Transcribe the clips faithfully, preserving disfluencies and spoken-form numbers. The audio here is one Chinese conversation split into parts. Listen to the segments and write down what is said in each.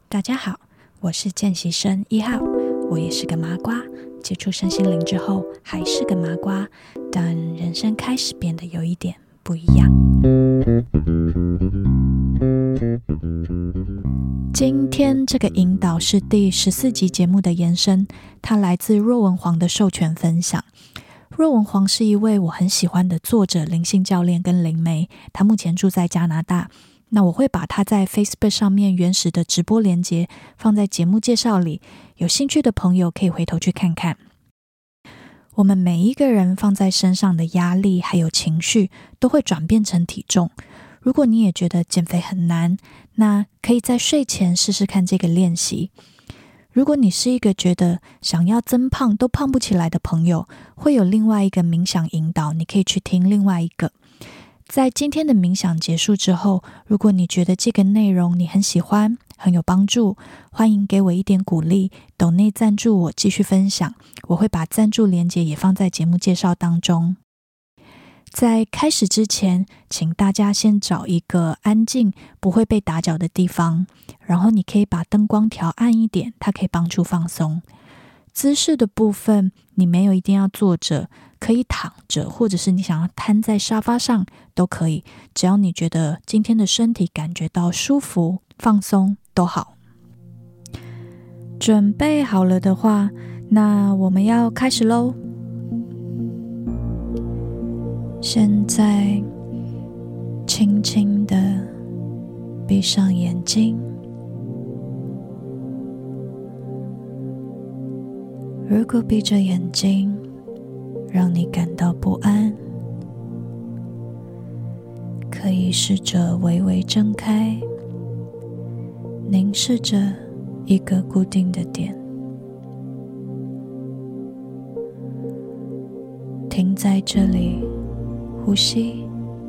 大家好，我是见习生一号，我也是个麻瓜，接触身心灵之后还是个麻瓜，但人生开始变得有一点不一样。今天这个引导是第十四集节目的延伸，它来自若文黄的授权分享。若文黄是一位我很喜欢的作者、灵性教练跟灵媒，他目前住在加拿大。那我会把他在 Facebook 上面原始的直播连结放在节目介绍里，有兴趣的朋友可以回头去看看。我们每一个人放在身上的压力还有情绪都会转变成体重。如果你也觉得减肥很难，那可以在睡前试试看这个练习。如果你是一个觉得想要增胖都胖不起来的朋友，会有另外一个冥想引导，你可以去听另外一个。在今天的冥想结束之后，如果你觉得这个内容你很喜欢，很有帮助，欢迎给我一点鼓励，抖内赞助我继续分享，我会把赞助连结也放在节目介绍当中。在开始之前，请大家先找一个安静不会被打搅的地方，然后你可以把灯光调暗一点，它可以帮助放松。姿势的部分，你没有一定要坐着，可以躺着，或者是你想要瘫在沙发上都可以，只要你觉得今天的身体感觉到舒服、放松都好。准备好了的话，那我们要开始咯。现在轻轻的闭上眼睛，如果闭着眼睛让你感到不安，可以试着微微睁开，凝视着一个固定的点，停在这里呼吸。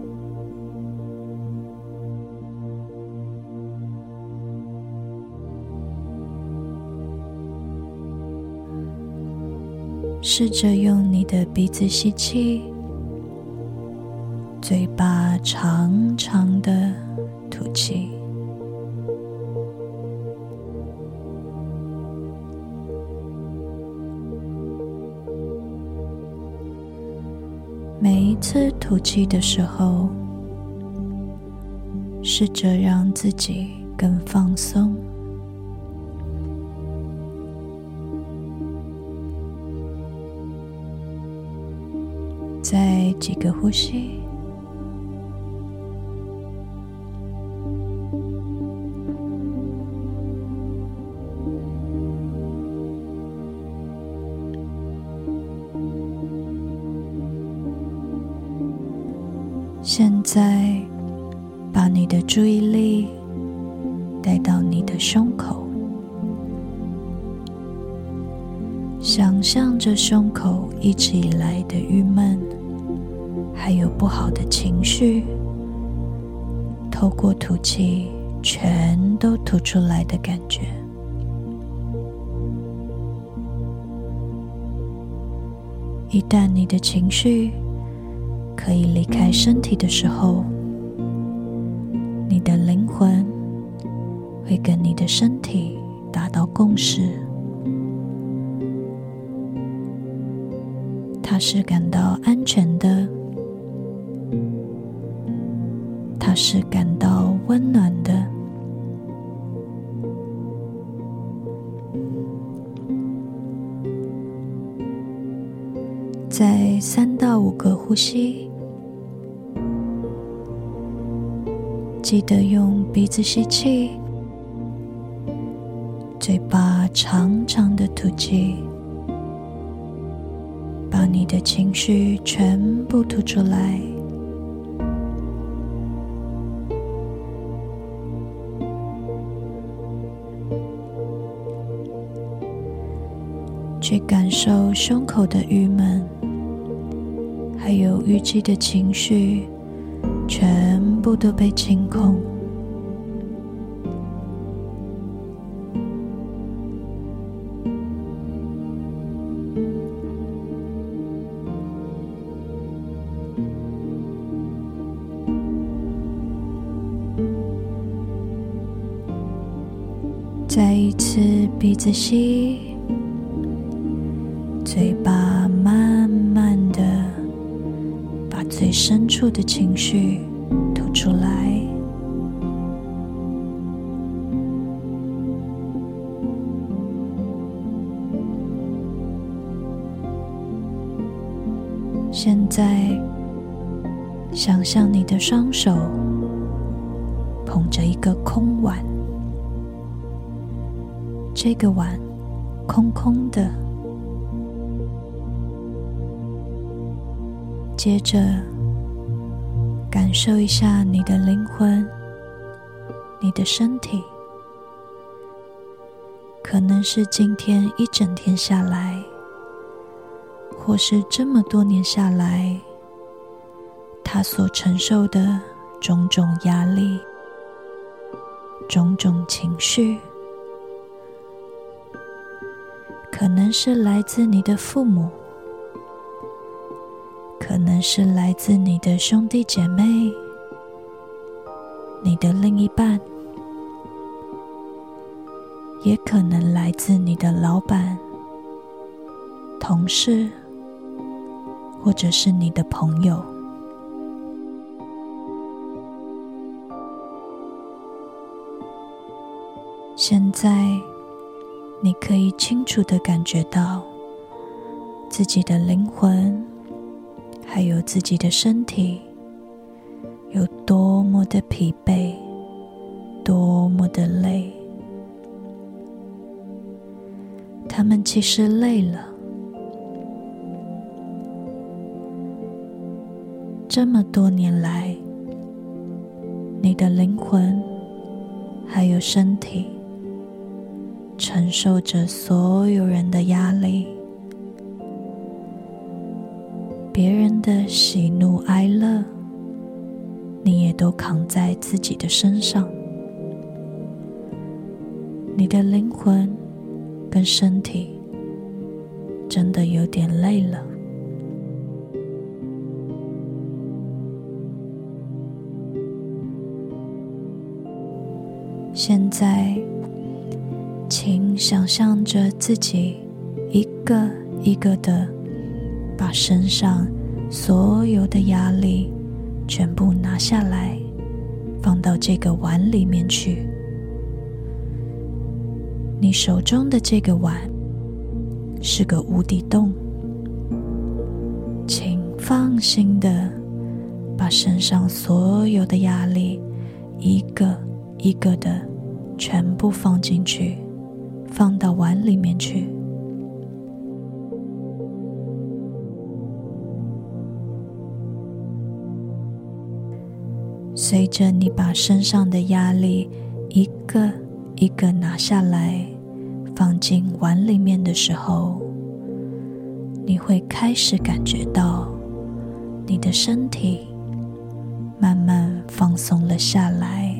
试着用你的鼻子吸气，嘴巴长长的吐气。每一次吐气的时候，试着让自己更放松。再几个呼吸，现在把你的注意力带到你的胸口，想象着胸口一直以来的郁闷还有不好的情绪，透过吐气全都吐出来的感觉。一旦你的情绪可以离开身体的时候，你的灵魂会跟你的身体达到共识，它是感到安全的，它是感到温暖的。再三到五个呼吸，记得用鼻子吸气，嘴巴长长的吐气，把你的情绪全部吐出来。去感受胸口的郁闷，还有淤积的情绪，全部都被清空。 再一次鼻子吸，嘴巴慢慢的把最深处的情绪吐出来。现在想象你的双手捧着一个空碗，这个碗空空的。接着感受一下你的灵魂，你的身体，可能是今天一整天下来，或是这么多年下来，他所承受的种种压力、种种情绪，可能是来自你的父母，可能是来自你的兄弟姐妹，你的另一半，也可能来自你的老板、同事，或者是你的朋友。现在你可以清楚地感觉到自己的灵魂还有自己的身体有多么的疲惫，多么的累。他们其实累了，这么多年来，你的灵魂还有身体承受着所有人的压力，别人的喜怒哀乐，你也都扛在自己的身上。你的灵魂跟身体真的有点累了。现在请想象着自己一个一个的把身上所有的压力全部拿下来，放到这个碗里面去。你手中的这个碗是个无底洞，请放心的把身上所有的压力一个一个的全部放进去，放到碗里面去。随着你把身上的压力一个一个拿下来，放进碗里面的时候，你会开始感觉到你的身体慢慢放松了下来。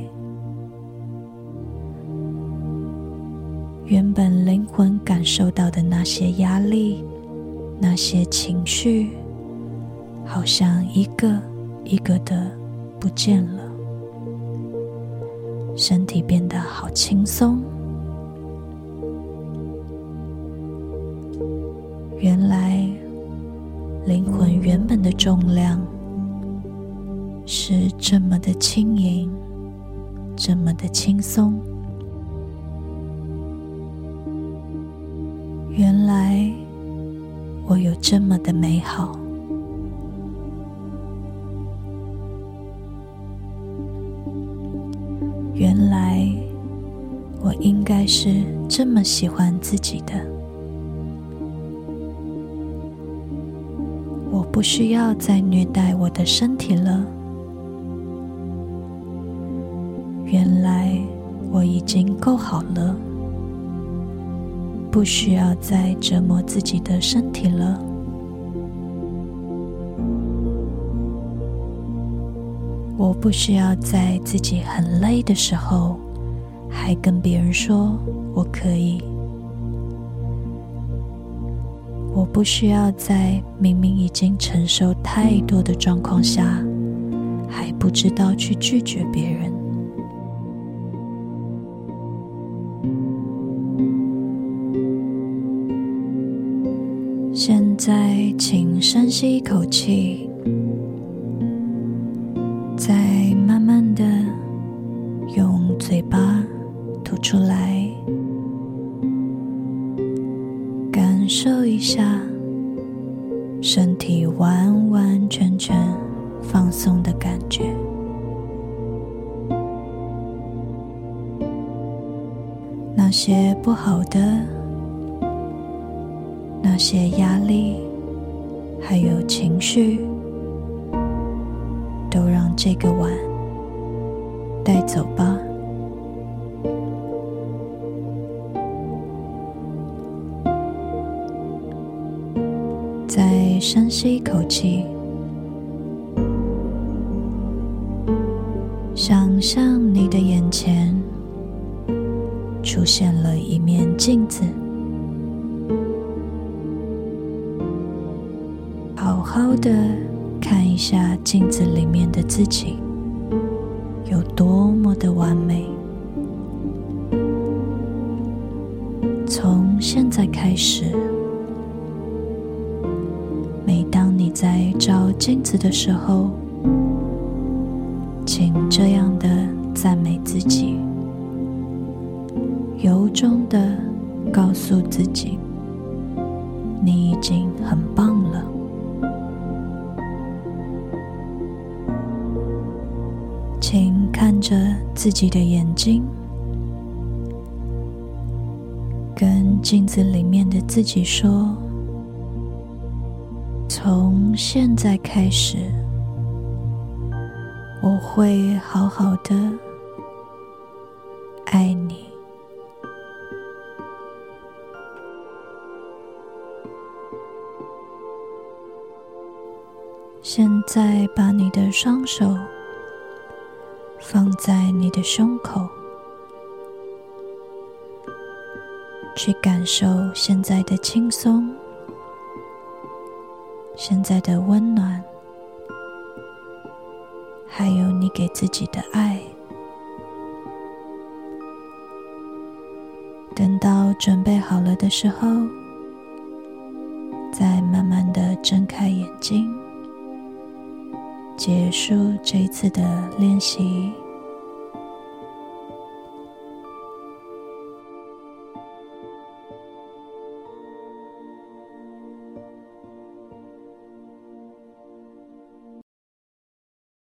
原本灵魂感受到的那些压力，那些情绪，好像一个一个的不见了，身体变得好轻松。原来灵魂原本的重量是这么的轻盈，这么的轻松。原来我有这么的美好。原来我应该是这么喜欢自己的。我不需要再虐待我的身体了。原来我已经够好了，不需要再折磨自己的身体了。我不需要在自己很累的时候还跟别人说我可以。我不需要在明明已经承受太多的状况下还不知道去拒绝别人。 在请深吸一口气，再慢慢的用嘴巴吐出来，感受一下身体完完全全放松的感觉。那些不好的，那些压力，还有情绪，都让这个碗带走吧。再深吸一口气，想象你的眼前出现了一面镜子，好好的看一下镜子里面的自己有多么的完美。从现在开始，每当你在照镜子的时候，请这样的赞美自己，由衷的告诉自己，你已经很棒了。请看着自己的眼睛，跟镜子里面的自己说，从现在开始，我会好好的爱你。现在把你的双手放在你的胸口，去感受现在的轻松，现在的温暖，还有你给自己的爱。等到准备好了的时候，再慢慢的睁开眼睛，结束这一次的练习。